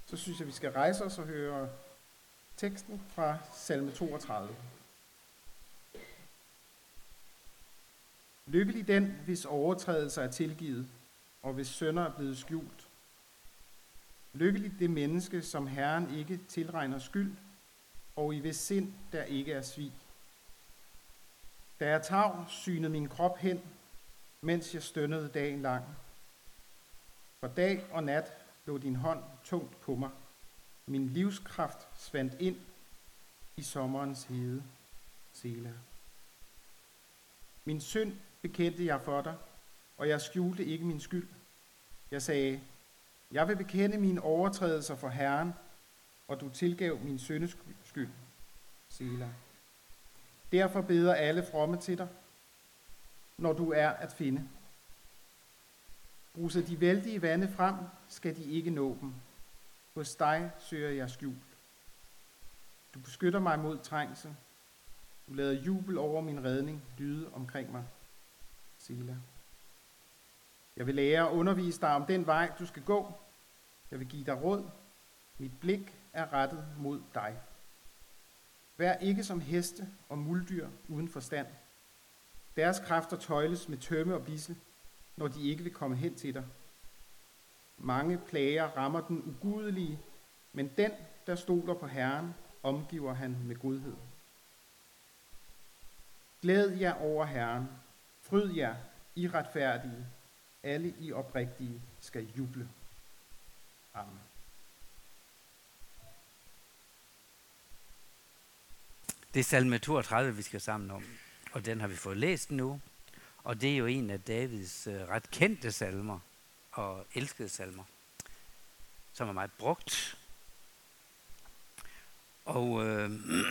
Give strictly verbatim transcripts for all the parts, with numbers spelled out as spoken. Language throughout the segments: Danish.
så synes jeg, vi skal rejse os og høre teksten fra salme toogtredive. Lykkelig den, hvis overtrædelser er tilgivet, og hvis synder er blevet skjult. Lykkelig det menneske, som Herren ikke tilregner skyld, og i hvis sind, der ikke er svig. Da jeg tav, synede min krop hen, mens jeg stønnede dagen lang. For dag og nat lå din hånd tungt på mig. Min livskraft svandt ind i sommerens hede. Sela. Min synd bekendte jeg for dig, og jeg skjulte ikke min skyld. Jeg sagde, jeg vil bekende mine overtrædelser for Herren, og du tilgav min syndeskyld. Sela. Derfor beder alle fromme til dig, når du er at finde. Bruser de vældige vande frem, skal de ikke nå dem. Hos dig søger jeg skjul. Du beskytter mig mod trængsel. Du lader jubel over min redning lyde omkring mig. Sela. Jeg vil lære og undervise dig om den vej, du skal gå. Jeg vil give dig råd. Mit blik er rettet mod dig. Vær ikke som heste og muldyr uden forstand. Deres kræfter tøjles med tømme og bisse, når de ikke vil komme hen til dig. Mange plager rammer den ugudelige, men den, der stoler på Herren, omgiver han med godhed. Glæd jer over Herren. Fryd jer, I retfærdige. Alle I oprigtige skal juble. Amen. Det er salme toogtredive, vi skal sammen om, og den har vi fået læst nu. Og det er jo en af Davids øh, ret kendte salmer og elskede salmer, som er meget brugt. Og øh,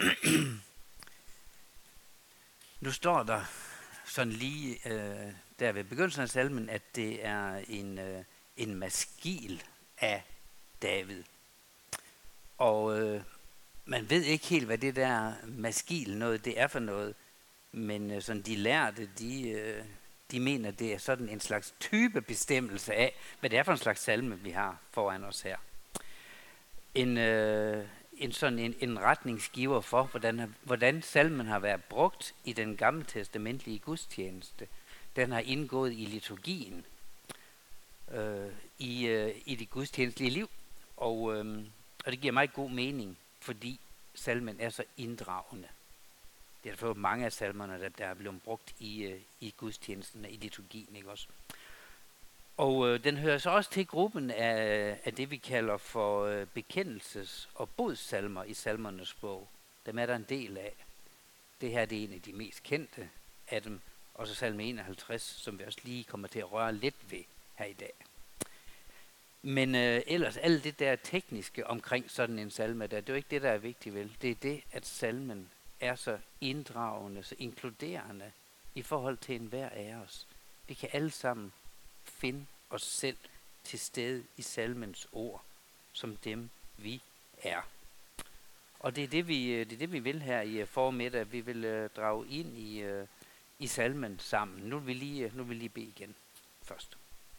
nu står der sådan lige øh, der ved begyndelsen af salmen, at det er en, øh, en maskil af David. Og øh, man ved ikke helt, hvad det der maskil noget, det er for noget. Men øh, sådan de lærte, de, øh, de mener, det er sådan en slags type bestemmelse af, hvad det er for en slags salme, vi har foran os her. En, øh, en sådan en, en retningsgiver for, hvordan, hvordan salmen har været brugt i den gamle testamentlige gudstjeneste. Den har indgået i liturgien, øh, i, øh, i det gudstjenestlige liv. Og, øh, og det giver meget god mening, fordi salmen er så inddragende. Det er derfor mange af salmerne, der, der er blevet brugt i, uh, i gudstjenesten, i liturgien, ikke også? Og uh, den hører så også til gruppen af, af det, vi kalder for uh, bekendelses- og bodssalmer i salmernes bog. Dem er der en del af. Det her det er en af de mest kendte af dem, og så salme enoghalvtreds, som vi også lige kommer til at røre lidt ved her i dag. Men uh, ellers, alt det der tekniske omkring sådan en salme, der, det er jo ikke det, der er vigtigt, vel? Det er det, at salmen er så inddragende, så inkluderende i forhold til enhver af os. Vi kan alle sammen finde os selv til stede i salmens ord, som dem vi er. Og det er det, vi, det er det, vi vil her i formiddag. Vi vil uh, drage ind i, uh, i salmen sammen. Nu vil vi lige, nu vil vi lige bede igen først.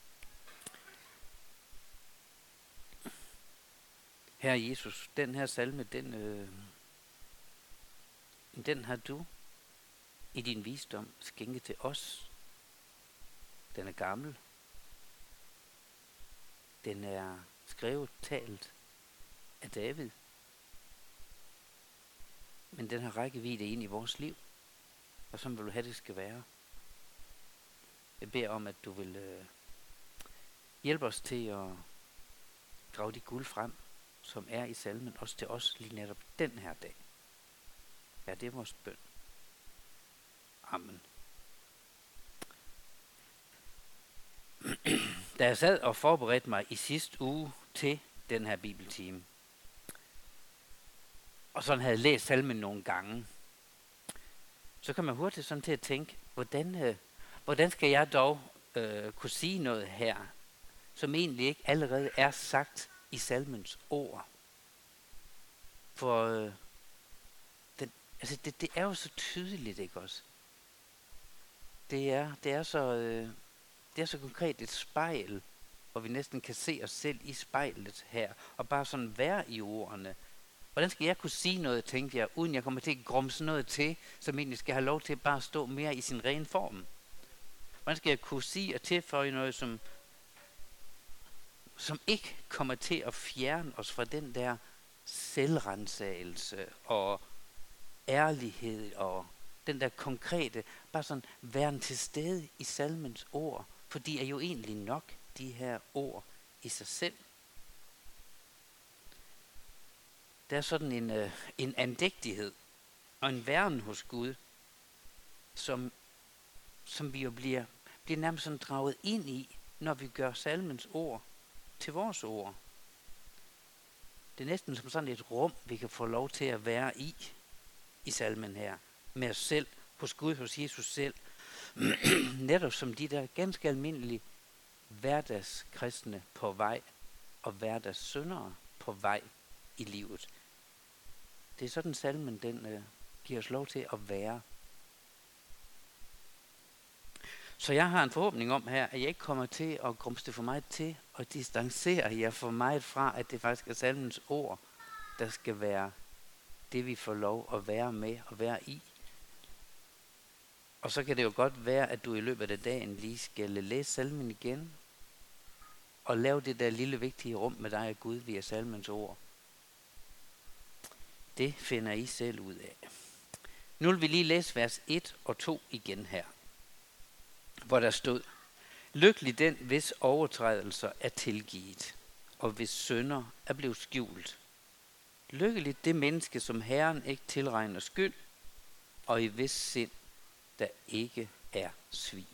Herre Jesus, den her salme, den... Øh, Den har du i din visdom skænket til os. Den er gammel. Den er skrevet, talt af David. Men den har rækkevidde ind i vores liv. Og sådan vil du have, det skal være. Jeg beder om, at du vil øh, hjælpe os til at drage de guld frem, som er i salmen, også til os lige netop den her dag. Ja, det er vores bøn. Amen. Da jeg sad og forberedte mig i sidste uge til den her bibeltime, og sådan havde læst salmen nogle gange, så kan man hurtigt sådan til at tænke, hvordan, øh, hvordan skal jeg dog øh, kunne sige noget her, som egentlig ikke allerede er sagt i salmens ord? For øh, den, altså det, det er jo så tydeligt, ikke også? Det er, det er så... Øh, Det er så konkret et spejl hvor vi næsten kan se os selv i spejlet her, og bare sådan være i ordene. Hvordan skal jeg kunne sige noget, tænkte jeg, uden jeg kommer til at grumse noget til, som egentlig skal have lov til at bare stå mere i sin ren form? Hvordan skal jeg kunne sige og tilføje noget, som, som ikke kommer til at fjerne os fra den der selvrensagelse og ærlighed og den der konkrete, bare sådan væren til stede i salmens ord, for de er jo egentlig nok, de her ord i sig selv. Der er sådan en, øh, en andægtighed og en væren hos Gud, som, som vi jo bliver, bliver nærmest sådan draget ind i, når vi gør salmens ord til vores ord. Det er næsten som sådan et rum, vi kan få lov til at være i, i salmen her, med os selv, hos Gud, hos Jesus selv, netop som de der ganske almindelige hverdagskristne på vej, og hverdagssyndere på vej i livet. Det er sådan salmen, den øh, giver os lov til at være. Så jeg har en forhåbning om her, at jeg ikke kommer til at grumse det for meget til, og distancere jer for meget fra, at det faktisk er salmens ord, der skal være det, vi får lov at være med og være i. Og så kan det jo godt være, at du i løbet af dagen lige skal læse salmen igen, og lave det der lille vigtige rum med dig og Gud via salmens ord. Det finder I selv ud af. Nu vil vi lige læse vers et og to igen her, hvor der stod: Lykkelig den, hvis overtrædelser er tilgivet, og hvis synder er blevet skjult. Lykkeligt det menneske, som Herren ikke tilregner skyld, og i hvis sind, der ikke er svig.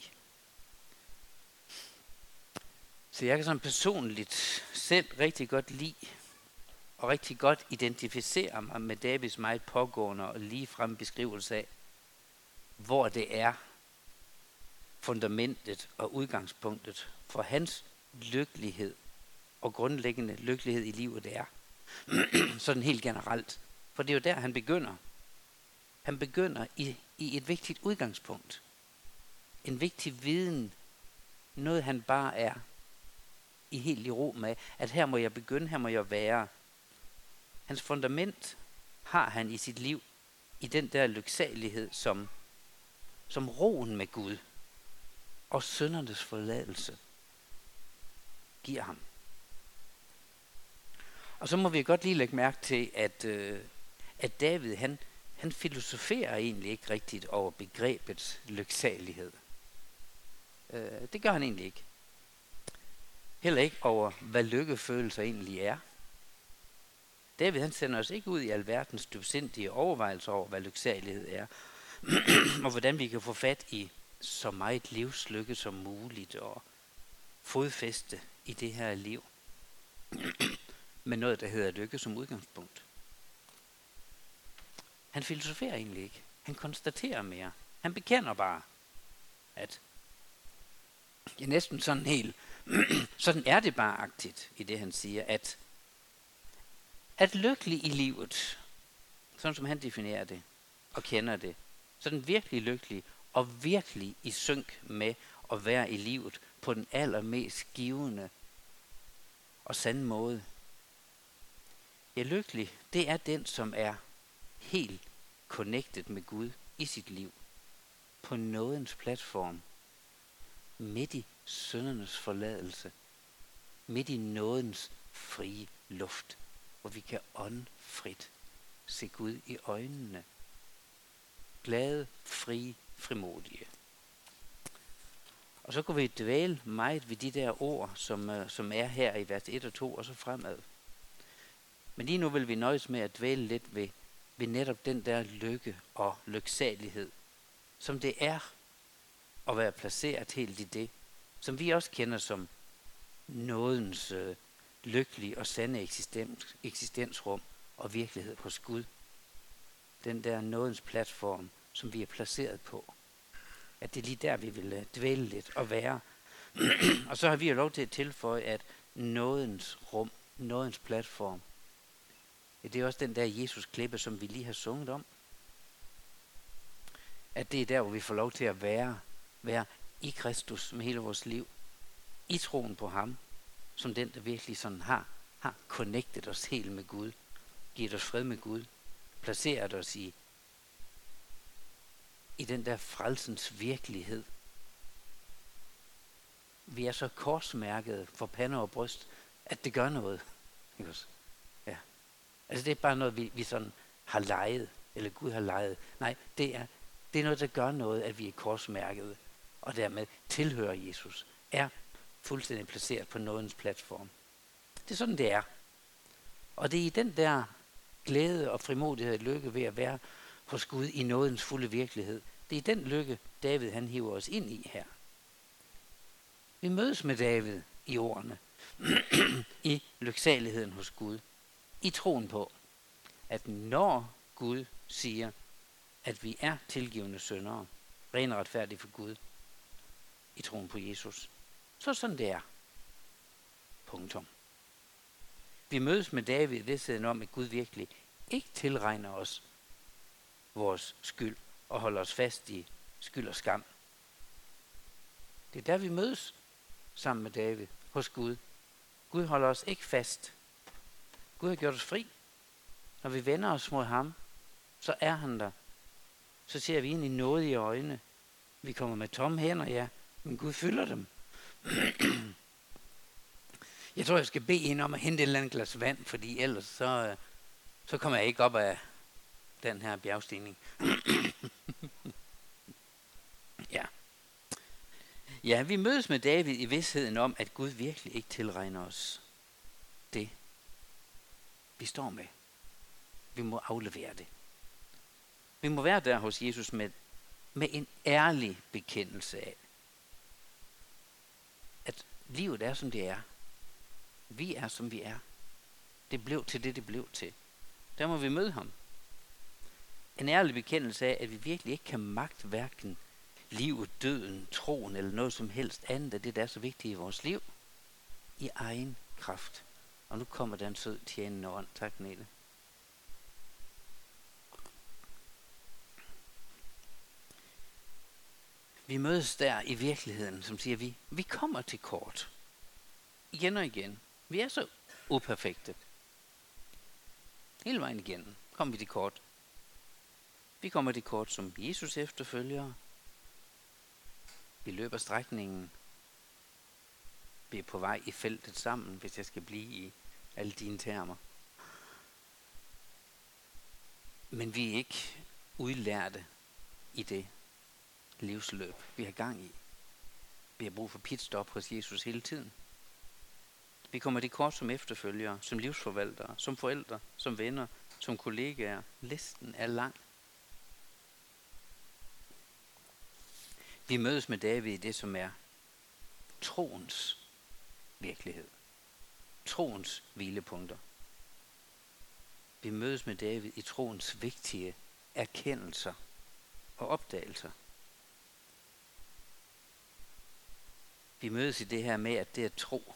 Så jeg kan sådan personligt selv rigtig godt lide, og rigtig godt identificere mig med Davids meget pågående og ligefrem beskrivelse af, hvor det er fundamentet og udgangspunktet for hans lykkelighed og grundlæggende lykkelighed i livet er. Sådan helt generelt. For det er jo der, han begynder. Han begynder i, i et vigtigt udgangspunkt. En vigtig viden. Noget han bare er i helt i ro med. At her må jeg begynde, her må jeg være. Hans fundament har han i sit liv i den der lyksalighed, som, som roen med Gud og syndernes forladelse giver ham. Og så må vi godt lige lægge mærke til, at, øh, at David, han, han filosoferer egentlig ikke rigtigt over begrebet lyksalighed. Øh, det gør han egentlig ikke. Heller ikke over, hvad lykkefølelser egentlig er. David, han sender os ikke ud i alverdens dybsindige overvejelser over, hvad lyksalighed er, og hvordan vi kan få fat i så meget livslykke som muligt, og fodfæste i det her liv, med noget, der hedder lykke som udgangspunkt. Han filosoferer egentlig ikke. Han konstaterer mere. Han bekender bare, at det er næsten sådan helt, sådan er det bare agtigt i det, han siger, at at lykkelig i livet, sådan som han definerer det og kender det, sådan virkelig lykkelig og virkelig i synk med at være i livet på den allermest givende og sande måde. Ja, lykkelig, det er den, som er helt connected med Gud i sit liv, på nådens platform, midt i syndernes forladelse, midt i nådens frie luft, hvor vi kan åndfrit se Gud i øjnene. Glade, frie, frimodige. Og så kunne vi dvæle meget ved de der ord, som, uh, som er her i vers et og to, og så fremad. Men lige nu vil vi nøjes med at dvæle lidt ved, ved netop den der lykke og lyksalighed, som det er at være placeret helt i det, som vi også kender som nådens øh, lykkelige og sande eksistens, eksistensrum og virkelighed hos Gud. Den der nådens platform, som vi er placeret på. At det er lige der, vi vil uh, dvæle lidt og være. Og så har vi jo lov til at tilføje, at nådens rum, nådens platform, ja, det er også den der Jesus klippe, som vi lige har sunget om. At det er der, hvor vi får lov til at være, være i Kristus med hele vores liv. I troen på ham. som den, der virkelig sådan har, har connectet os helt med Gud, givet os fred med Gud, placeret os i, i den der frelsens virkelighed. Vi er så korsmærket for pande og bryst, at det gør noget. Ikke også? Ja. Altså det er bare noget, vi, vi sådan har leget, eller Gud har leget. Nej, det er, det er noget, der gør noget, at vi er korsmærket, og dermed tilhører Jesus, er fuldstændig placeret på nådens platform. Det er sådan, det er. Og det er i den der glæde og frimodighed og lykke ved at være hos Gud i nådens fulde virkelighed. Det er i den lykke, David han hiver os ind i her. Vi mødes med David i ordene, i lyksaligheden hos Gud, i troen på, at når Gud siger, at vi er tilgivende syndere, ren og retfærdige for Gud, i troen på Jesus, så sådan det er. Punktum. Vi mødes med David i vidstheden om, at Gud virkelig ikke tilregner os vores skyld og holder os fast i skyld og skam. Det er der, vi mødes sammen med David hos Gud. Gud holder os ikke fast. Gud har gjort os fri. Når vi vender os mod ham, så er han der. Så ser vi ind i nådige øjne. Vi kommer med tomme hænder, ja, men Gud fylder dem. Jeg tror, jeg skal bede hende om at hente et eller andet glas vand, fordi ellers så, så kommer jeg ikke op af den her bjergstigning. ja. Ja, vi mødes med David i vidsheden om, at Gud virkelig ikke tilregner os det, vi står med. Vi må aflevere det. Vi må være der hos Jesus med, med en ærlig bekendelse af, at livet er, som det er. Vi er, som vi er. Det blev til det, det blev til. Der må vi møde ham. En ærlig bekendelse af, at vi virkelig ikke kan magte hverken livet, døden, troen eller noget som helst andet af det, der er så vigtigt i vores liv, i egen kraft. Og nu kommer der en sød tjenende ånd. Tak, Nele. Vi mødes der i virkeligheden, som siger vi, vi kommer til kort. Igen og igen. Vi er så uperfekte. Hele vejen igen kommer vi til kort. Vi kommer til kort som Jesus efterfølgere. Vi løber strækningen. Vi er på vej i feltet sammen, hvis jeg skal blive i alle dine termer. Men vi er ikke udlærte i det livsløb, vi har gang i. Vi har brug for pitstop hos Jesus hele tiden. Vi kommer til kort som efterfølgere, som livsforvaltere, som forældre, som venner, som kollegaer. Listen er lang. Vi mødes med David i det, som er troens virkelighed. Troens hvilepunkter. Vi mødes med David i troens vigtige erkendelser og opdagelser. Vi mødes i det her med, at det er tro.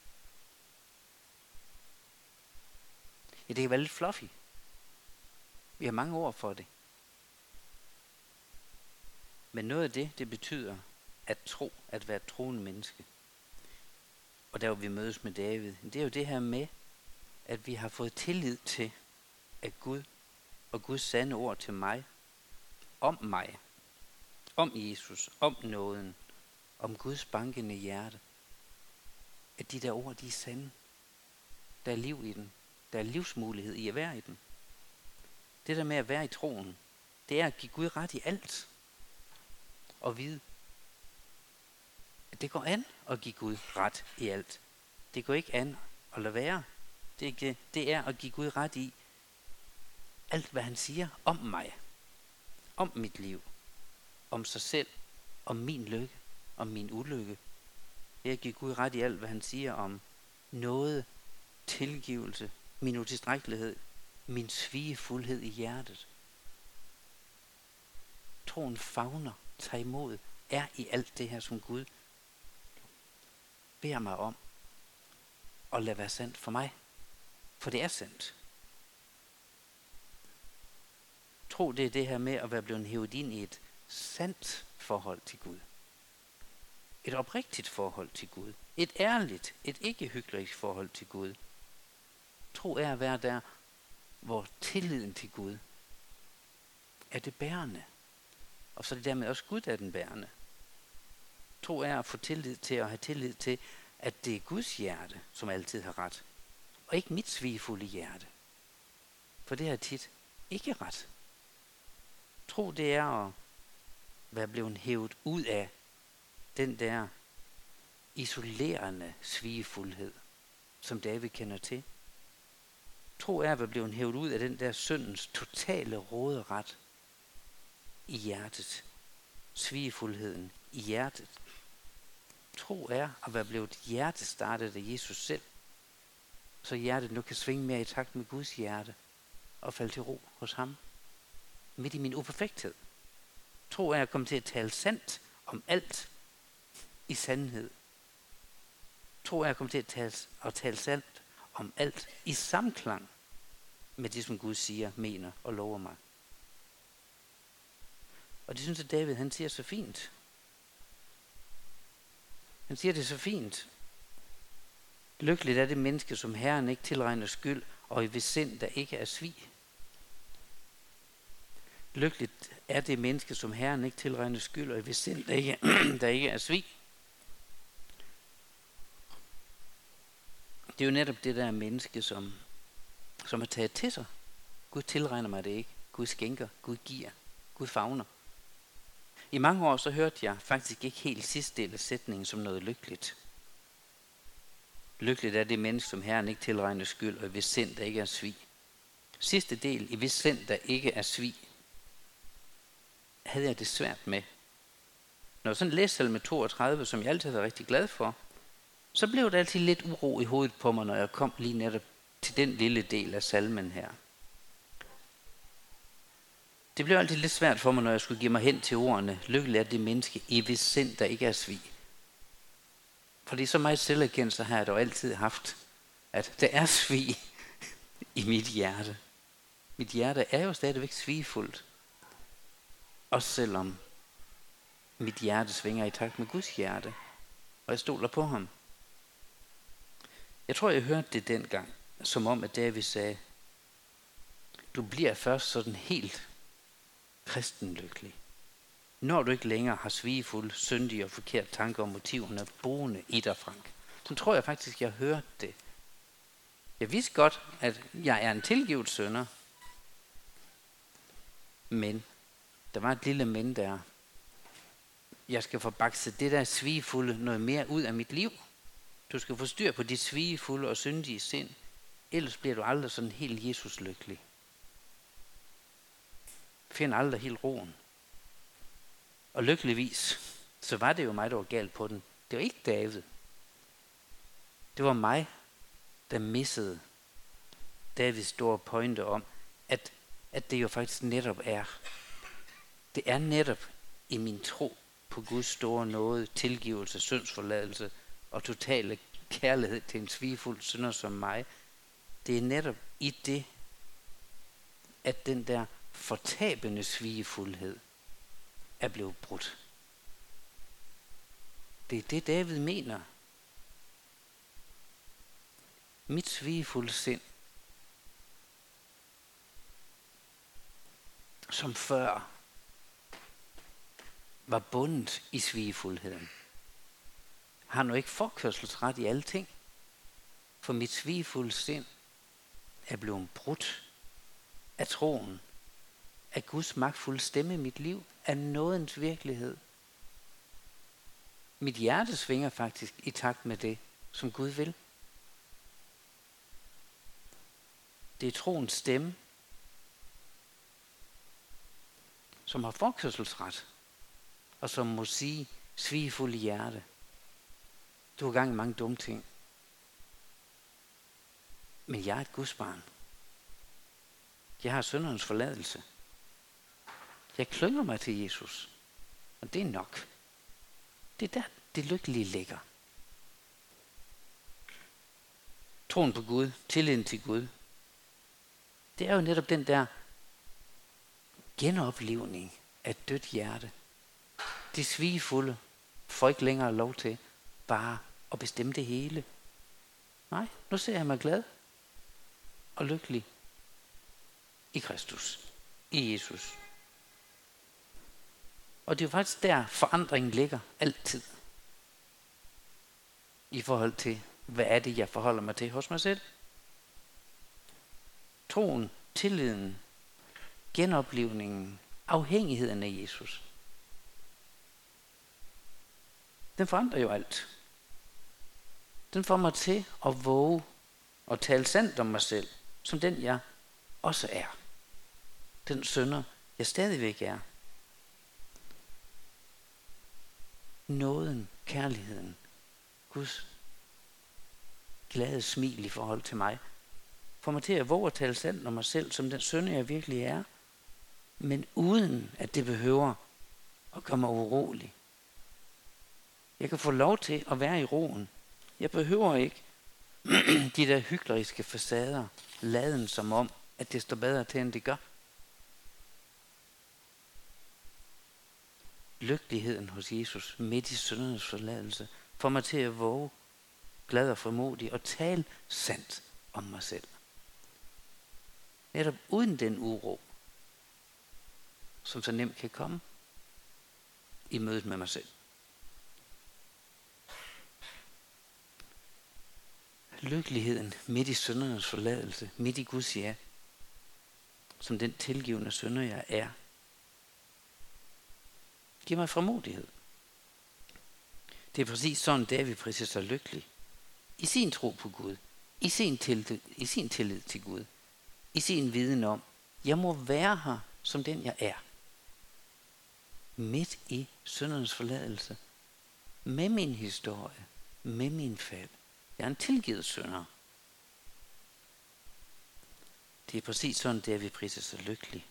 Ja, det kan være lidt fluffy. Vi har mange ord for det. Men noget af det, det betyder at tro, at være et troende menneske. Og der hvor vi mødes med David, det er jo det her med, at vi har fået tillid til, at Gud og Guds sande ord til mig, om mig, om Jesus, om nåden, om Guds bankende hjerte, at de der ord, de er sande. Der er liv i den. Der er livsmulighed i at være i den. Det der med at være i troen, det er at give Gud ret i alt. Og vide, at det går an at give Gud ret i alt. Det går ikke an at lade være. Det er, ikke, det er at give Gud ret i alt, hvad han siger om mig. Om mit liv. Om sig selv. Om min lykke. Om min ulykke. Det er at give Gud ret i alt, hvad han siger om noget, tilgivelse, min utilstrækkelighed, min svigefuldhed i hjertet. Troen favner, tager imod, er i alt det her, som Gud beder mig om, og lad være sandt for mig. For det er sandt. Tro, det er det her med at være blevet hævet ind i et sandt forhold til Gud. et oprigtigt forhold til Gud. Et ærligt, et ikke hyklerisk forhold til Gud. Tro er at være der, hvor tilliden til Gud er det bærende. Og så er det dermed også Gud, der er den bærende. Tro er at få tillid til at have tillid til, at det er Guds hjerte, som altid har ret. Og ikke mit svigefulde hjerte. For det har tit ikke ret. Tro det er at være blevet hævet ud af den der isolerende svigefuldhed, som David kender til. Tro er at være blevet hævet ud af den der syndens totale råderet i hjertet. Svigefuldheden i hjertet. Tro er at være blevet hjertestartet af Jesus selv, så hjertet nu kan svinge mere i takt med Guds hjerte og falde til ro hos ham. Midt i min uperfekthed. Tro er at komme til at tale sandt om alt i sandhed. Tro er at komme til at tale, at tale sandt om alt i samklang med det, som Gud siger, mener og lover mig. Og det synes jeg, David, han siger så fint. Han siger det så fint. Lykkeligt er det menneske, som Herren ikke tilregner skyld, og i hvis sind, der ikke er svig. Lykkeligt er det menneske, som Herren ikke tilregner skyld, og i hvis sind, der ikke, der ikke er svig. Det er jo netop det der menneske, som, som har taget til sig. Gud tilregner mig det ikke. Gud skænker. Gud giver. Gud favner. I mange år så hørte jeg faktisk ikke helt sidste del af sætningen som noget lykkeligt. Lykkeligt er det menneske, som Herren ikke tilregner skyld, og i hvis sind, der ikke er svig. Sidste del, i hvis sind, der ikke er svig, havde jeg det svært med. Når jeg sådan læste salme toogtredive, som jeg altid har været rigtig glad for, så blev der altid lidt uro i hovedet på mig, når jeg kom lige netop til den lille del af salmen her. Det blev altid lidt svært for mig, når jeg skulle give mig hen til ordene, lykkelig er det menneske, i hvis sind, der ikke er svig. Fordi så meget selverkendelse har jeg dog altid haft, at der er svig i mit hjerte. Mit hjerte er jo stadigvæk svigfuldt. Også selvom mit hjerte svinger i takt med Guds hjerte, og jeg stoler på ham. Jeg tror, jeg hørte det dengang, som om, at David sagde, du bliver først sådan helt kristenlykkelig, når du ikke længere har svigefuld, syndige og forkert tanker og motiverne boende i dig, Frank. Så tror jeg faktisk, jeg hørte det. Jeg vidste godt, at jeg er en tilgivet synder, men der var et lille men der. Jeg skal få bakset det der svigefulde noget mere ud af mit liv. Du skal få styr på dit svigefulde og syndige sind. Ellers bliver du aldrig sådan helt Jesus lykkelig. Find aldrig helt roen. Og lykkeligvis, så var det jo mig, der var galt på den. Det var ikke David. Det var mig, der missede Davids store pointe om, at, at det jo faktisk netop er. Det er netop i min tro på Guds store nåde, tilgivelse, syndsforladelse og totale kærlighed til en svigefuld synder som mig. Det er netop i det, at den der fortabende svigefuldhed er blevet brudt. Det er det, David mener. Mit svigefulde sind, som før var bundet i svigefuldheden, har nu ikke forkørselsret i alle ting. For mit svigefulde sind er blevet brudt af troen, af Guds magtfulde stemme i mit liv, af nådens virkelighed. Mit hjerte svinger faktisk i takt med det, som Gud vil. Det er troens stemme, som har forkørselsret, og som må sige, svigefulde hjerte, du har gang i mange dumme ting, men jeg er et Guds barn. Jeg har syndernes forladelse. Jeg klynger mig til Jesus, og det er nok. Det er der, det lykkelige ligger. Troen på Gud, tilliden til Gud, det er jo netop den der genoplevning af et dødt hjerte. Det svigefulde får ikke længere lov til bare at bestemme det hele. Nej, nu ser jeg mig glad og lykkelig i Kristus, i Jesus. Og det er jo faktisk der forandringen ligger altid. I forhold til, hvad er det, jeg forholder mig til hos mig selv. Troen, tilliden, genoplivningen, afhængigheden af Jesus. Den forandrer jo alt. Den får mig til at våge og tale sandt om mig selv, som den jeg også er. Den synder, jeg stadigvæk er. Nåden, kærligheden, Guds glade smil i forhold til mig, får mig til at våge at tale sandt om mig selv, som den synder jeg virkelig er, men uden at det behøver at gøre mig urolig. Jeg kan få lov til at være i roen. Jeg behøver ikke de der hykleriske facader, laden som om, at det står bedre til, end det gør. Lykkeligheden hos Jesus midt i syndernes forladelse får mig til at våge, glad og frimodig, og tale sandt om mig selv. Netop uden den uro, som så nemt kan komme i mødet med mig selv. Lykkeligheden midt i syndernes forladelse, midt i Guds ja, som den tilgivende synder jeg er, giver mig frimodighed. Det er præcis sådan, David priser sig lykkelig. I sin tro på Gud, i sin, tillid, i sin tillid til Gud, i sin viden om, jeg må være her, som den jeg er. Midt i syndernes forladelse, med min historie, med min fald. Jeg er en tilgivet synder. Det er præcis sådan, det er, vi priser sig lykkelig.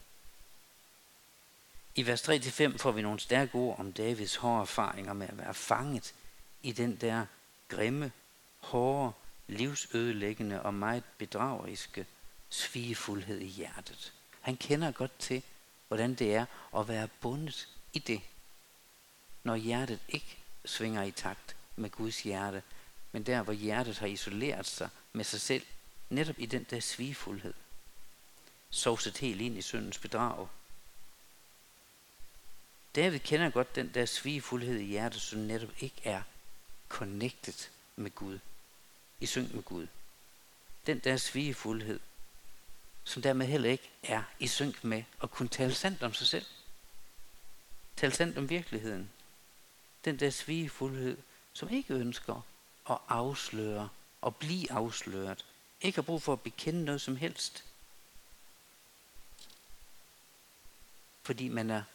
I vers tre til fem får vi nogle stærke ord om Davids hårde erfaringer med at være fanget i den der grimme, hårde, livsødelæggende og meget bedrageriske svigefuldhed i hjertet. Han kender godt til, hvordan det er at være bundet i det, når hjertet ikke svinger i takt med Guds hjerte, men der, hvor hjertet har isoleret sig med sig selv, netop i den der svigefuldhed, sovset helt ind i syndens bedrag. David kender godt den der svigefuldhed i hjertet, som netop ikke er connected med Gud, i synk med Gud. Den der svigefuldhed, som dermed heller ikke er i synk med at kunne tale sandt om sig selv. Tale sandt om virkeligheden. Den der svigefuldhed, som ikke ønsker at afsløre og blive afsløret. Ikke har brug for at bekende noget som helst. Fordi man er,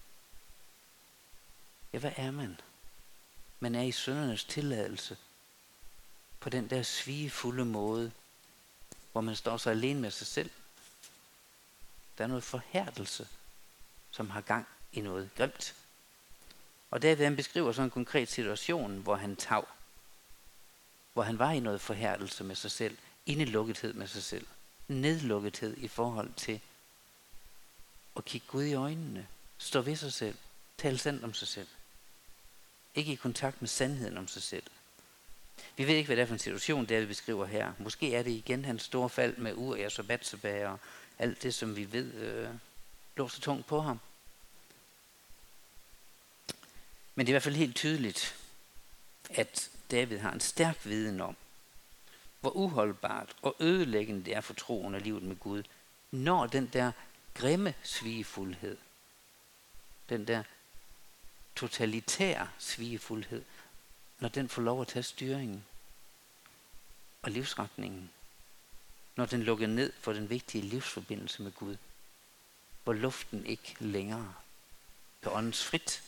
ja, hvad er man? Man er i syndernes tilladelse på den der svigefulde måde, hvor man står så alene med sig selv. Der er noget forhærdelse, som har gang i noget grimt. Og David han beskriver sådan en konkret situation, hvor han tav, hvor han var i noget forhærdelse med sig selv, indelukkethed med sig selv, nedlukkethed i forhold til at kigge Gud i øjnene, stå ved sig selv, tale sandt om sig selv. Ikke i kontakt med sandheden om sig selv. Vi ved ikke, hvad det er for en situation, David beskriver her. Måske er det igen hans store fald med Urias og Batsheba og alt det, som vi ved øh, lå så tungt på ham. Men det er i hvert fald helt tydeligt, at David har en stærk viden om, hvor uholdbart og ødelæggende det er for troen og livet med Gud, når den der grimme svigefuldhed, den der totalitære svigefuldhed, når den får lov at tage styringen og livsretningen, når den lukker ned for den vigtige livsforbindelse med Gud, hvor luften ikke længere kan åndes frit.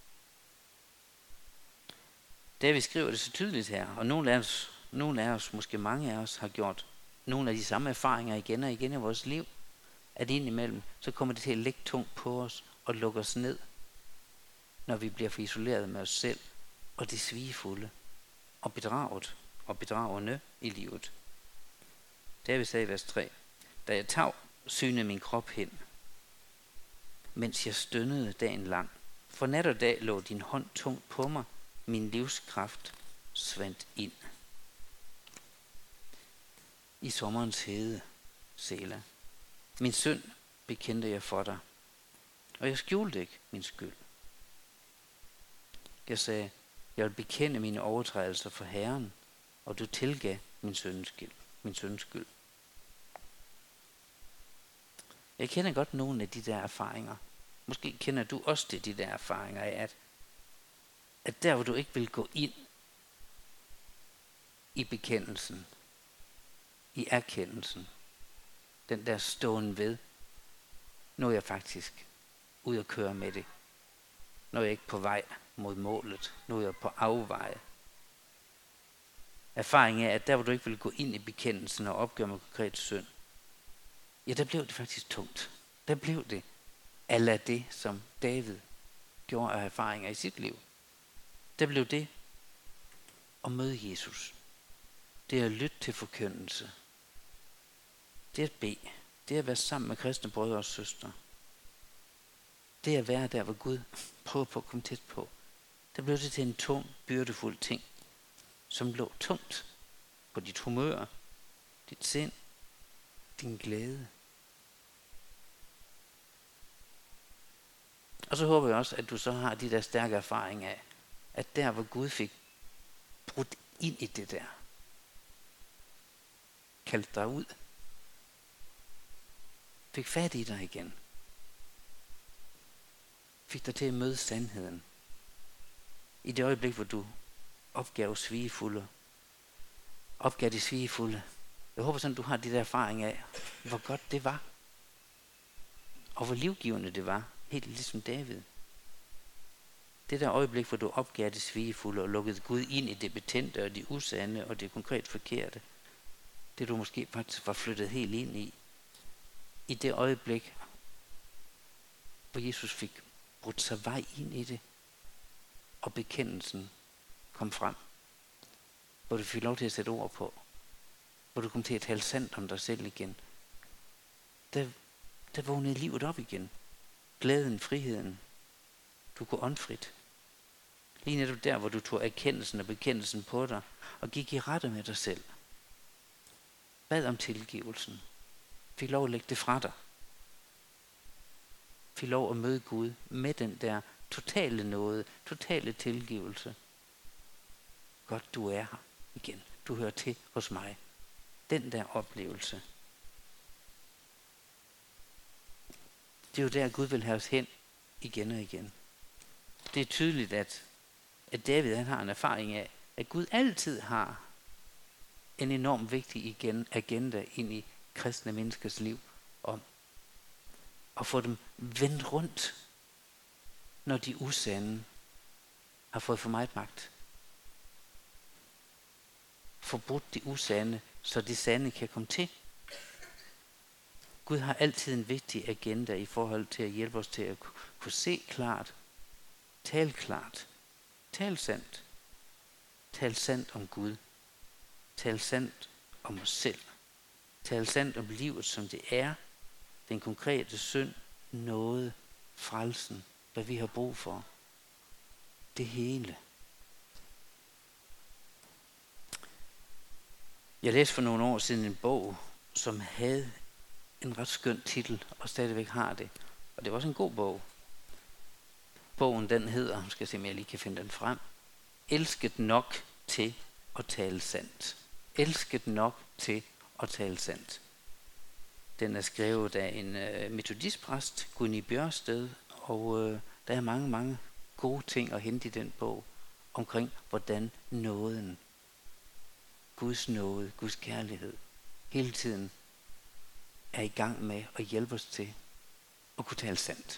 David skriver det så tydeligt her, og nogle af os, nogle af os, måske mange af os, har gjort nogle af de samme erfaringer igen og igen i vores liv, at indimellem, så kommer det til at lægge tungt på os og lukke os ned, når vi bliver for isoleret med os selv og det svigefulde og bedraget og bedragende i livet. David sagde i vers tre, da jeg tav, synede min krop hen, mens jeg stønnede dagen lang. For nat og dag lå din hånd tungt på mig. min livskraft svandt ind. I sommerens hede, Sela. Min synd bekendte jeg for dig, og jeg skjulte ikke min skyld. Jeg sagde, jeg vil bekende mine overtrædelser for Herren, og du tilgav min synds skyld. Min synds skyld. Jeg kender godt nogle af de der erfaringer. Måske kender du også det, de der erfaringer af, at, at der hvor du ikke vil gå ind i bekendelsen, i erkendelsen, den der ståen ved, nu er jeg faktisk ud at køre med det. Nu er jeg ikke på vej mod målet, nu er jeg på afveje. Erfaringen er, at der hvor du ikke vil gå ind i bekendelsen og opgøre med konkret synd, ja, der blev det faktisk tungt. Der blev det a la det, som David gjorde af erfaringer i sit liv. Der blev det at møde Jesus. Det er at lytte til forkyndelse. Det er at bede. Det er at være sammen med kristne brødre og søstre. Det er at være der, hvor Gud prøver på at komme tæt på. Der blev det til en tung, byrdefuld ting, som lå tungt på dit humør, dit sind, din glæde. Og så håber jeg også, at du så har de der stærke erfaringer af, at der hvor Gud fik brudt ind i det der, kaldt dig ud, fik fat i dig igen, fik dig til at møde sandheden. I det øjeblik, hvor du opgav svigefulde, opgav de svigefulde. Jeg håber sådan, du har de der erfaringer af, hvor godt det var, og hvor livgivende det var, helt ligesom David. Det der øjeblik, hvor du opgav det svigefulde og lukkede Gud ind i det betændte og det usande og det konkret forkerte, det du måske faktisk var flyttet helt ind i, i det øjeblik, hvor Jesus fik brudt sig vej ind i det, og bekendelsen kom frem, hvor du fik lov til at sætte ord på, hvor du kom til at tale sandt om dig selv igen, der, der vågnede livet op igen. Glæden, friheden. Du kunne åndfrit. Lige netop der, hvor du tog erkendelsen og bekendelsen på dig, og gik i rette med dig selv. Bad om tilgivelsen. Fik lov at lægge det fra dig. Fik lov at møde Gud med den der totale nåde, totale tilgivelse. Godt, du er her igen. Du hører til hos mig. Den der oplevelse. Det er jo der, Gud vil have os hen igen og igen. Det er tydeligt, at, at David han har en erfaring af, at Gud altid har en enormt vigtig agenda ind i kristne menneskers liv, om at få dem vendt rundt, når de usande har fået for meget magt. Forbrudt de usande, så de sande kan komme til. Gud har altid en vigtig agenda i forhold til at hjælpe os til at kunne se klart, tale klart, tale sandt, tale sandt om Gud, tale sandt om os selv, tale sandt om livet, som det er, den konkrete synd, nåde, frelsen, hvad vi har brug for. Det hele. Jeg læste for nogle år siden en bog, som havde en ret skøn titel, og stadigvæk har det. Og det var også en god bog. Bogen den hedder, nu skal jeg se, om jeg lige kan finde den frem, Elsket nok til at tale sandt. Elsket nok til at tale sandt. Den er skrevet af en øh, metodistpræst, Gunni Bjørsted, og øh, der er mange, mange gode ting at hente i den bog, omkring hvordan nåden, Guds nåde, Guds kærlighed, hele tiden er i gang med at hjælpe os til at kunne tale sandt.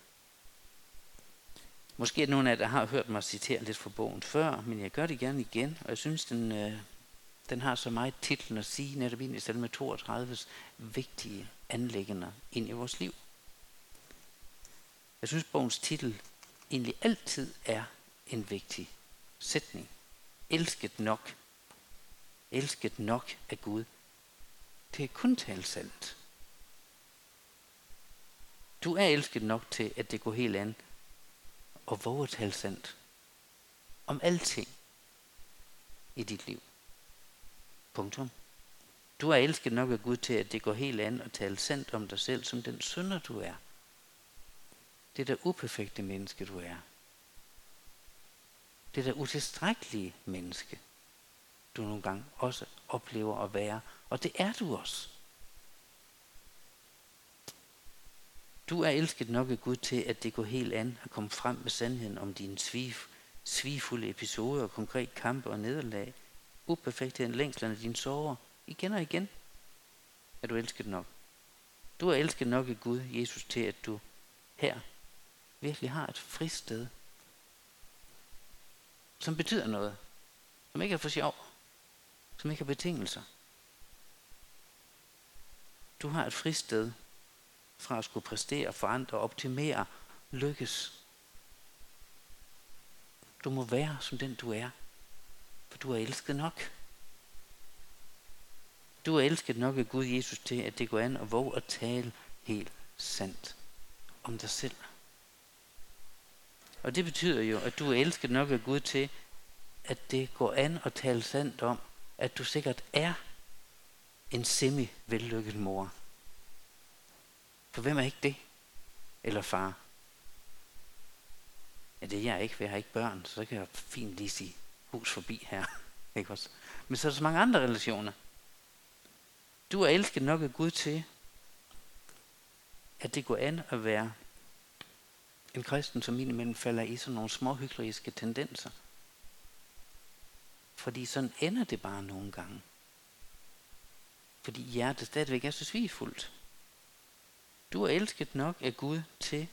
Måske er nogle af jer, der har hørt mig citere lidt fra bogen før, men jeg gør det gerne igen, og jeg synes, den, øh, den har så meget titlen at sige, netop ind i salme toogtredives vigtige anliggender ind i vores liv. Jeg synes, bogens titel egentlig altid er en vigtig sætning. Elsket nok. Elsket nok af Gud. Det er kun tale sandt. Du er elsket nok til, at det går helt an og våge at tale sandt. om alting i dit liv. Punktum. Du er elsket nok af Gud til, at det går helt an og tale sandt om dig selv, som den synder du er. Det der uperfekte menneske du er. Det der utilstrækkelige menneske, du nogle gange også oplever at være. Og det er du også. Du er elsket nok af Gud til, at det går helt an at komme frem med sandheden om dine svig, svigfulde episoder, konkret kampe og nederlag, uperfektheden, længslen af dine sorger. Igen og igen er du elsket nok. Du er elsket nok af Gud, Jesus, til at du her virkelig har et fristed, som betyder noget, som ikke er for sjov, som ikke har betingelser. Du har et fristed fra at skulle præstere, forandre, optimere, lykkes. Du må være som den du er, for du er elsket nok. Du er elsket nok af Gud, Jesus, til at det går an og våge at tale helt sandt om dig selv. Og det betyder jo, at du er elsket nok af Gud til, at det går an at tale sandt om, at du sikkert er en semi-vellykket mor. For hvem er ikke det? Eller far? Ja, det er jeg ikke, for jeg har ikke børn, så kan jeg fint lige sige hus forbi her. Ikke også? Men så er der så mange andre relationer. Du er elsket nok af Gud til, at det går an at være en kristen, som indimellem falder i sådan nogle små hykleriske tendenser. Fordi sådan ender det bare nogle gange. Fordi hjertet stadigvæk er så svigfuldt. Du er elsket nok af Gud til,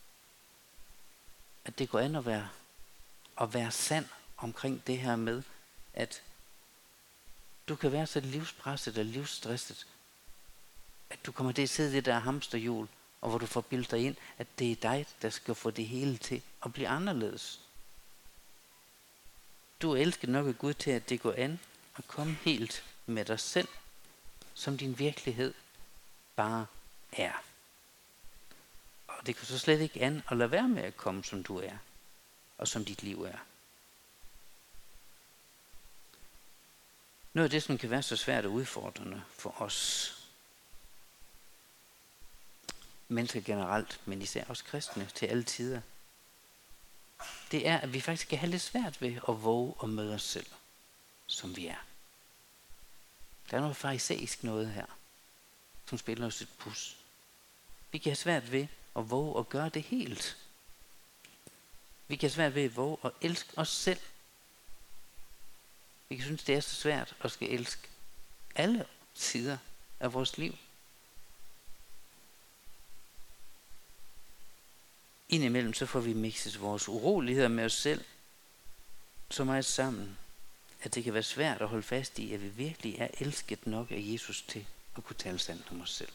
at det går an at være, at være sand omkring det her med, at du kan være så livspresset og livsstresset, at du kommer til at sidde i det der hamsterhjul, og hvor du får bildet dig ind, at det er dig, der skal få det hele til at blive anderledes. Du er elsket nok af Gud til, at det går an at komme helt med dig selv, som din virkelighed bare er. Og det kan så slet ikke an at lade være med at komme, som du er, og som dit liv er. Noget af det, som kan være så svært og udfordrende for os mennesker generelt, men især også kristne til alle tider, det er, at vi faktisk kan have lidt svært ved at våge og møde os selv, som vi er. Der er noget farisæisk noget her, som spiller os et pus. Vi kan have svært ved at våge at gøre det helt. Vi kan have svært ved at våge at elske os selv. Vi kan synes, det er så svært at skal elske alle sider af vores liv. Indimellem så får vi mixet vores uroligheder med os selv så meget sammen, at det kan være svært at holde fast i, at vi virkelig er elsket nok af Jesus til at kunne tale sandt om os selv.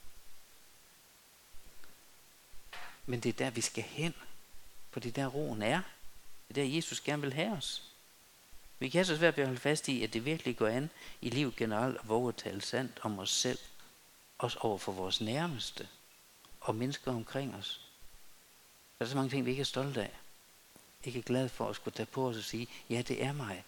Men det er der, vi skal hen, for det er der roen er. Det er der, Jesus gerne vil have os. Vi kan så svært ved at holde fast i, at det virkelig går an i livet generelt at våge at tale sandt om os selv, også over for vores nærmeste og mennesker omkring os. Der er så mange ting, vi ikke er stolte af. Ikke er glade for at skulle tage på os og sige, ja, det er mig.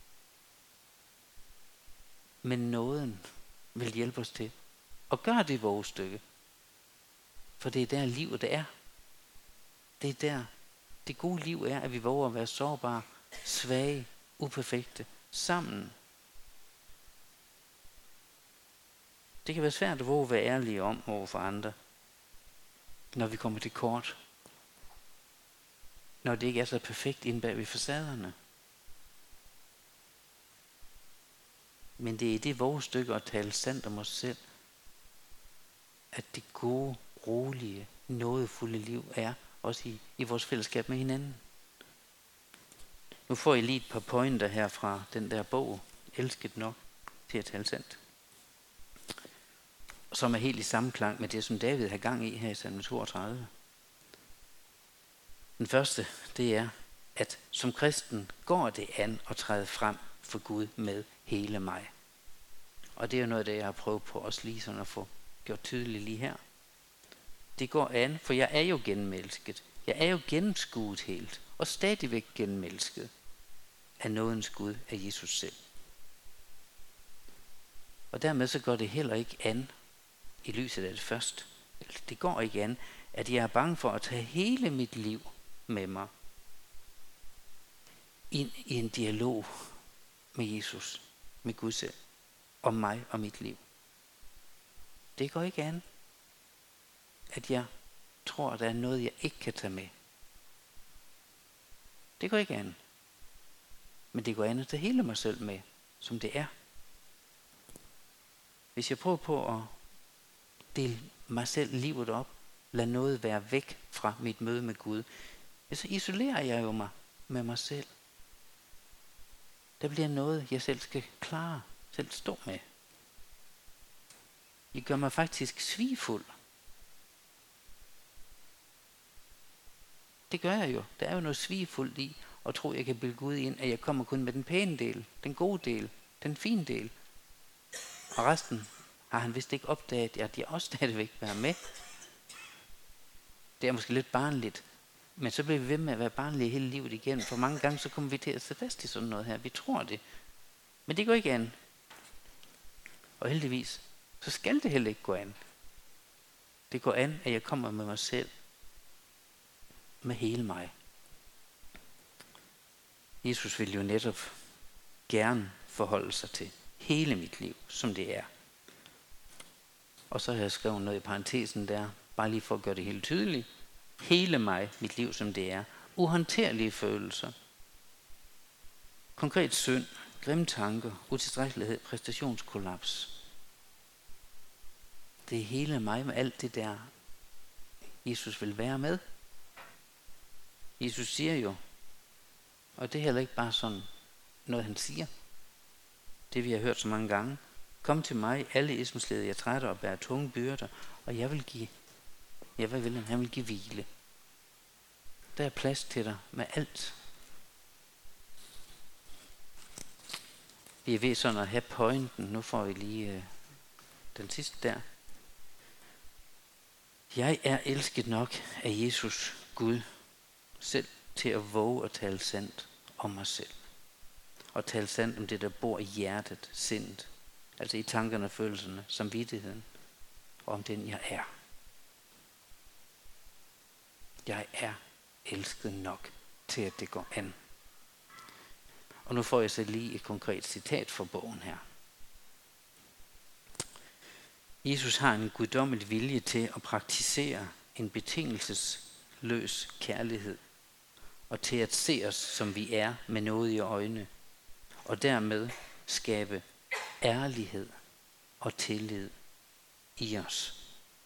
Men nåden vil hjælpe os til at gøre det vågestykke. For det er der livet er. Det er der det gode liv er, at vi våger at være sårbare, svage, uperfekte, sammen. Det kan være svært at våge at være ærlige om over for andre, når vi kommer til kort. Når det ikke er så perfekt inde bag ved facaderne. Men det er det vågestykke at tale sandt om os selv, at det gode, rolige, nådefulde liv er, også i, i vores fællesskab med hinanden. Nu får I lige et par pointer her fra den der bog, Elsket nok til at tale sandt, som er helt i sammenklang med det, som David har gang i her i salme toogtredive. Den første, det er, at som kristen går det an at træde frem for Gud med hele mig. Og det er jo noget, det jeg har prøvet på os lige sådan at få gjort tydeligt lige her. Det går an, for jeg er jo gennemelsket. Jeg er jo gennemskuet helt, og stadigvæk gennemelsket. af nådens Gud, af Jesus selv. Og dermed så går det heller ikke an, i lyset af det første, det går ikke an, at jeg er bange for at tage hele mit liv med mig ind i en dialog med Jesus, med Gud selv, om mig og mit liv. Det går ikke an, at jeg tror, at der er noget, jeg ikke kan tage med. Det går ikke an. Men det går an at tage hele mig selv med, som det er. Hvis jeg prøver på at dele mig selv livet op, lad noget være væk fra mit møde med Gud, så isolerer jeg jo mig med mig selv. Der bliver noget, jeg selv skal klare, selv stå med. I gør mig faktisk svigfuld. Det gør jeg jo. Der er jo noget svigfuldt i at tro, jeg kan bilde Gud ind, at jeg kommer kun med den pæne del, den gode del, den fine del. Og resten har han vist ikke opdaget, at jeg også stadigvæk være med. Det er måske lidt barnligt, men så bliver vi ved med at være barnlige hele livet igennem. For mange gange så kommer vi til at stå fast i sådan noget her. Vi tror det. Men det går ikke an. Og heldigvis, så skal det heller ikke gå an. Det går an, at jeg kommer med mig selv. Med hele mig. Jesus vil jo netop gerne forholde sig til hele mit liv, som det er. Og så har jeg skrevet noget i parentesen der, bare lige for at gøre det helt tydeligt. Hele mig, mit liv som det er. Uhåndterlige følelser. Konkret synd, grimme tanker, utilstrækkelighed, præstationskollaps. Det er hele mig med alt det der, Jesus vil være med. Jesus siger jo, og det er heller ikke bare sådan noget, han siger. Det vi har hørt så mange gange. Kom til mig, alle ismslede, jeg trætter og bærer tunge byrder, og jeg vil give, ja, hvad vil han? Han vil give hvile. Der er plads til dig med alt. Vi er ved sådan at have pointen. Nu får vi lige øh, den sidste der. Jeg er elsket nok af Jesus, Gud, selv til at våge at tale sandt om mig selv. Og tale sandt om det, der bor i hjertet, sindet. Altså i tankerne og følelserne, samvittigheden. Og om den, jeg er. Jeg er elsket nok til, at det går an. Og nu får jeg så lige et konkret citat fra bogen her. Jesus har en guddommelig vilje til at praktisere en betingelsesløs kærlighed. Og til at se os, som vi er, med noget i øjnene. Og dermed skabe ærlighed og tillid i os.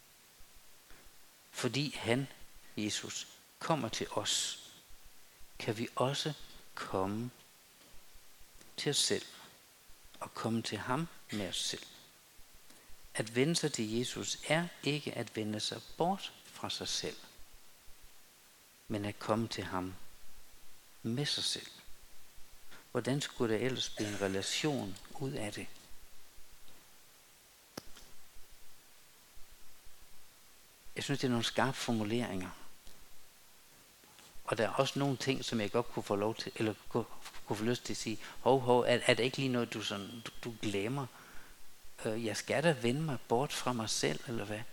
Fordi han, Jesus, kommer til os, kan vi også komme til os selv og komme til ham med os selv. At vende sig til Jesus er ikke at vende sig bort fra sig selv, men at komme til ham med sig selv. Hvordan skulle der ellers blive en relation ud af det? Jeg synes, det er nogle skarpe formuleringer. Og der er også nogle ting, som jeg godt kunne få lov til, eller kunne, kunne få lyst til at sige, hov, hov, er, er det ikke lige noget, du, sådan, du, du glemmer? Øh, jeg skal da vende mig bort fra mig selv, eller hvad?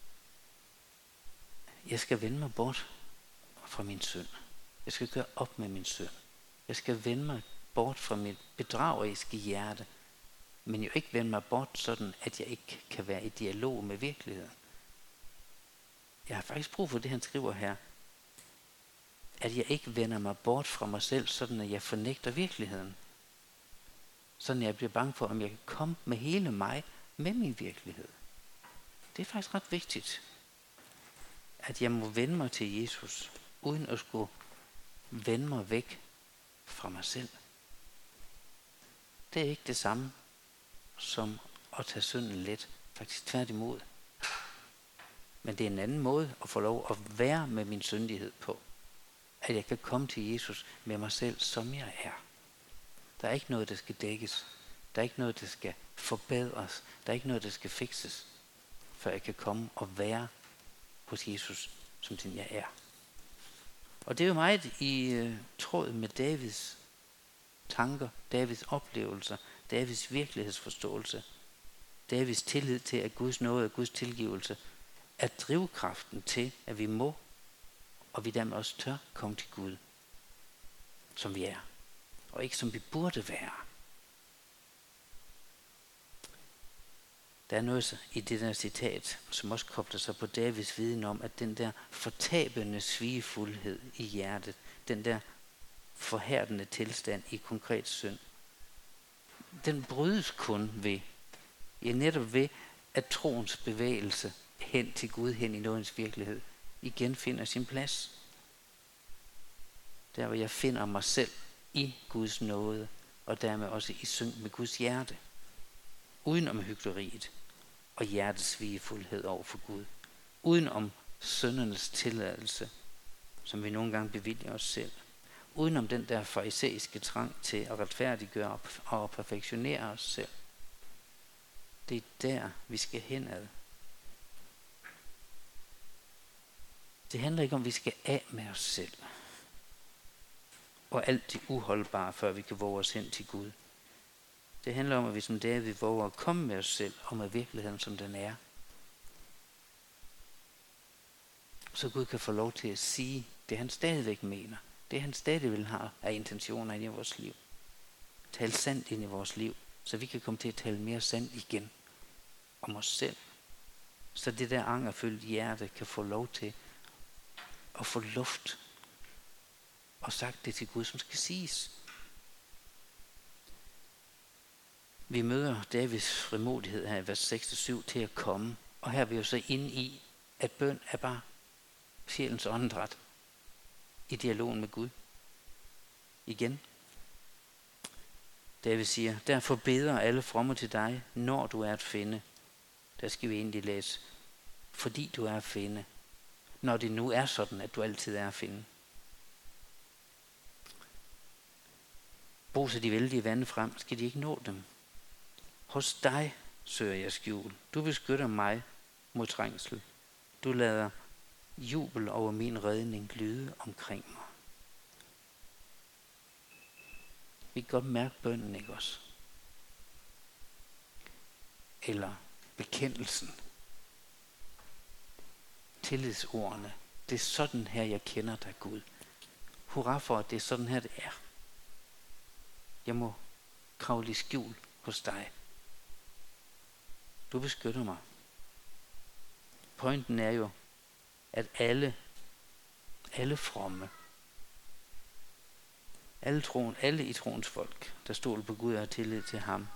Jeg skal vende mig bort fra min synd. Jeg skal gøre op med min synd. Jeg skal vende mig bort fra mit bedrageriske hjerte, men jo ikke vende mig bort sådan, at jeg ikke kan være i dialog med virkeligheden. Jeg har faktisk brug for det, han skriver her. At jeg ikke vender mig bort fra mig selv, sådan at jeg fornægter virkeligheden. Sådan at jeg bliver bange for, om jeg kan komme med hele mig, med min virkelighed. Det er faktisk ret vigtigt, at jeg må vende mig til Jesus, uden at skulle vende mig væk fra mig selv. Det er ikke det samme som at tage synden let. Faktisk tværtimod. Men det er en anden måde at få lov at være med min syndighed på. At jeg kan komme til Jesus med mig selv, som jeg er. Der er ikke noget, der skal dækkes. Der er ikke noget, der skal forbedres. Der er ikke noget, der skal fikses. For jeg kan komme og være hos Jesus, som den jeg er. Og det er jo meget i uh, tråd med Davids tanker, Davids oplevelser, Davids virkelighedsforståelse, Davids tillid til, at Guds nåde og Guds tilgivelse er drivkraften til, at vi må, og vi dermed også tør komme til Gud, som vi er, og ikke som vi burde være. Der er noget i det der citat, som også kobler sig på Davids viden om, at den der fortabende svigefuldhed i hjertet, den der forhærdende tilstand i konkret synd, den brydes kun ved, ja netop ved, at troens bevægelse hen til Gud, hen i nådens virkelighed, igen finder sin plads. Der hvor jeg finder mig selv i Guds nåde, og dermed også i synk med Guds hjerte, uden om hykleriet og hjertets svigefuldhed over for Gud, uden om syndernes tilladelse, som vi nogle gange bevilger os selv, uden om den der farisæiske trang til at retfærdiggøre og perfektionere os selv. Det er der, vi skal henad. Det handler ikke om, at vi skal af med os selv og alt det uholdbare, før vi kan våge os hen til Gud. Det handler om, at vi som David våger at komme med os selv og med virkeligheden, som den er. Så Gud kan få lov til at sige det, han stadigvæk mener. Det, han stadig vil have af intentioner i vores liv. Tale sandt ind i vores liv, så vi kan komme til at tale mere sandt igen om os selv. Så det der angerfyldte hjerte kan få lov til at få luft og sagt det til Gud, som skal siges. Vi møder Davids frimodighed her i vers seks til syv til at komme, og her er vi jo så inde i, at bøn er bare sjælens åndedræt i dialogen med Gud. Igen. David siger, derfor beder alle fromme til dig, når du er at finde. Der skal vi egentlig læse, fordi du er at finde, når det nu er sådan, at du altid er at finde. Bruser de vældige vande frem, skal de ikke nå dem. Hos dig søger jeg skjul. Du beskytter mig mod trængsel. Du lader jubel over min redning lyde omkring mig. Vi kan godt mærke bønnen, ikke også? Eller bekendelsen. Tillidsordene. Det er sådan her, jeg kender dig, Gud. Hurra for, at det er sådan her, det er. Jeg må kravle i skjul hos dig. Du beskytter mig. Pointen er jo, at alle, alle fromme, alle, troen, alle i troens folk, der stoler på Gud og har tillid til ham,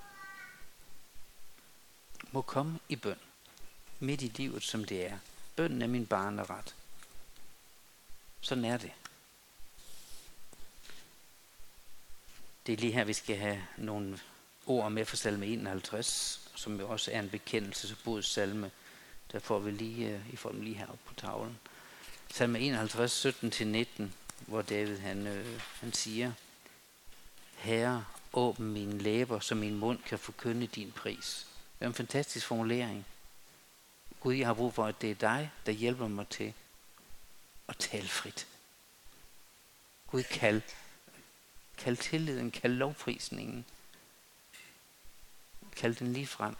må komme i bøn, midt i livet, som det er. Bønnen er min barneret. Sådan er det. Det er lige her, vi skal have nogle ord med fra salme enoghalvtreds, som jo også er en bekendelsesbod salme. Der får vi lige, I får dem lige heroppe på tavlen. Salme enoghalvtreds, sytten til nitten, hvor David han, øh, han siger, Herre, åbn mine læber, så min mund kan forkynde din pris. Det er en fantastisk formulering. Gud, jeg har brug for, at det er dig, der hjælper mig til at tale frit. Gud, kald, kald tilliden, kald lovprisningen. Kald den lige frem.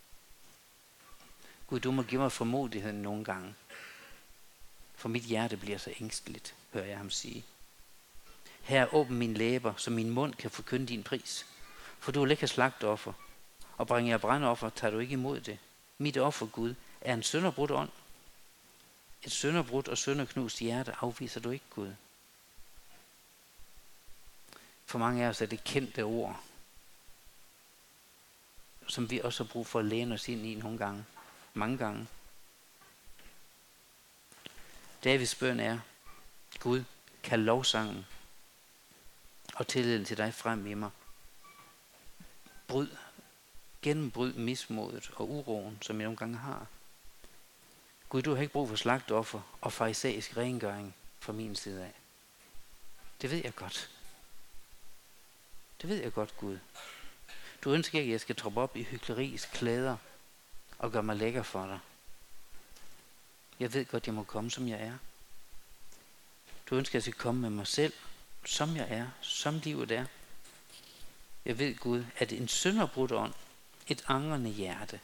Gud, du må give mig formodigheden nogle gange. For mit hjerte bliver så ængsteligt, hører jeg ham sige. Her åbn mine læber, så min mund kan forkynde din pris. For du vil ikke have slagtoffer, og bringer jeg brandoffer, tager du ikke imod det. Mit offer, Gud, er en sønderbrudt ånd. Et sønderbrudt og sønderknust hjerte afviser du ikke, Gud. For mange af os er det kendte ord, som vi også har brug for at læne os ind i nogle gange. Mange gange. Davids bøn er, Gud, kald lovsangen og tilliden til dig frem i mig. Bryd, gennembryd mismodet og uroen, som jeg nogle gange har. Gud, du har ikke brug for slagtoffer og farisæisk rengøring fra min side af. Det ved jeg godt. Det ved jeg godt, Gud. Du ønsker ikke, at jeg skal troppe op i hyklerisk klæder og gøre mig lækker for dig. Jeg ved godt, jeg må komme, som jeg er. Du ønsker, at jeg skal komme med mig selv, som jeg er, som livet er. Jeg ved, Gud, at en sønderbrudt ånd, et angrende hjerte,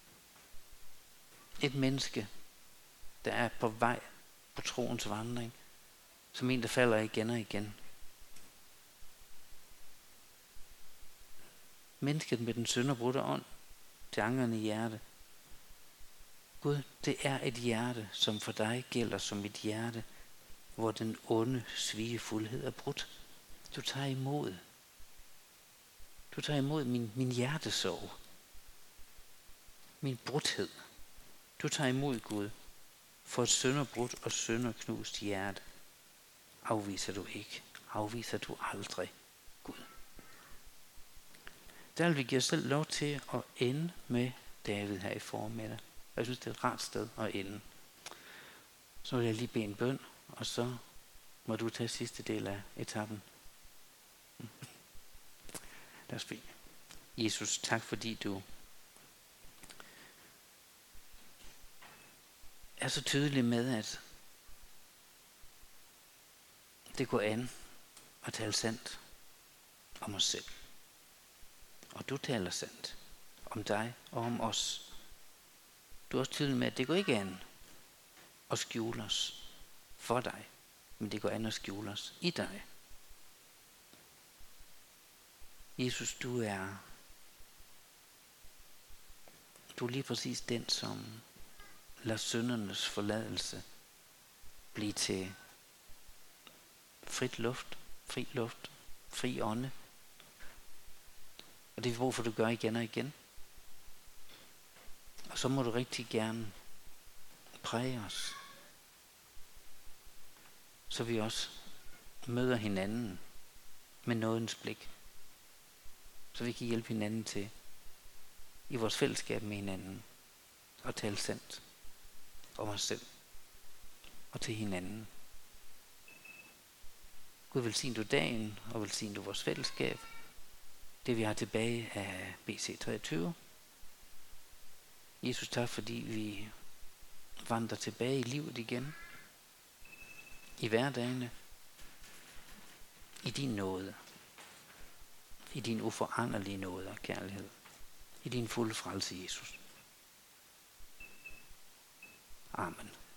et menneske, der er på vej på troens vandring, som en, der falder igen og igen. Mennesket med den sønderbrudte ånd, det angrende hjerte. Gud, det er et hjerte, som for dig gælder som et hjerte, hvor den onde svigefuldhed er brudt. Du tager imod. Du tager imod min, min hjertesorg. Min brudhed. Du tager imod, Gud, for et sønderbrudt og sønderknust hjerte. Afviser du ikke. Afviser du aldrig, Gud. Der vil vi give os selv lov til at ende med David her i formiddag. Jeg synes, det er et rart sted at ende. Så vil jeg lige bede en bøn, og så må du tage sidste del af etappen. Lad os bede. Jesus, tak fordi du er så tydelig med, at det går an at tale sandt om os selv. Og du taler sandt om dig og om os. Du er også tydelig med, at det går ikke an at skjule os for dig, men det går an at skjule os i dig. Jesus, du er, du er lige præcis den, som lader syndernes forladelse blive til frit luft, fri luft, fri ånde. Og det er vi brug for, at du gør igen og igen. Og så må du rigtig gerne præge os, så vi også møder hinanden med nådens blik. Så vi kan hjælpe hinanden til i vores fællesskab med hinanden at tale sandt om os selv og til hinanden. Gud, velsign du dagen og velsign du vores fællesskab. Det vi har tilbage af B C treogtyve. Jesus, tak fordi vi vandrer tilbage i livet igen. I hverdagene. I din nåde. I din uforanderlige nåde og kærlighed. I din fulde frelse, Jesus. Amen.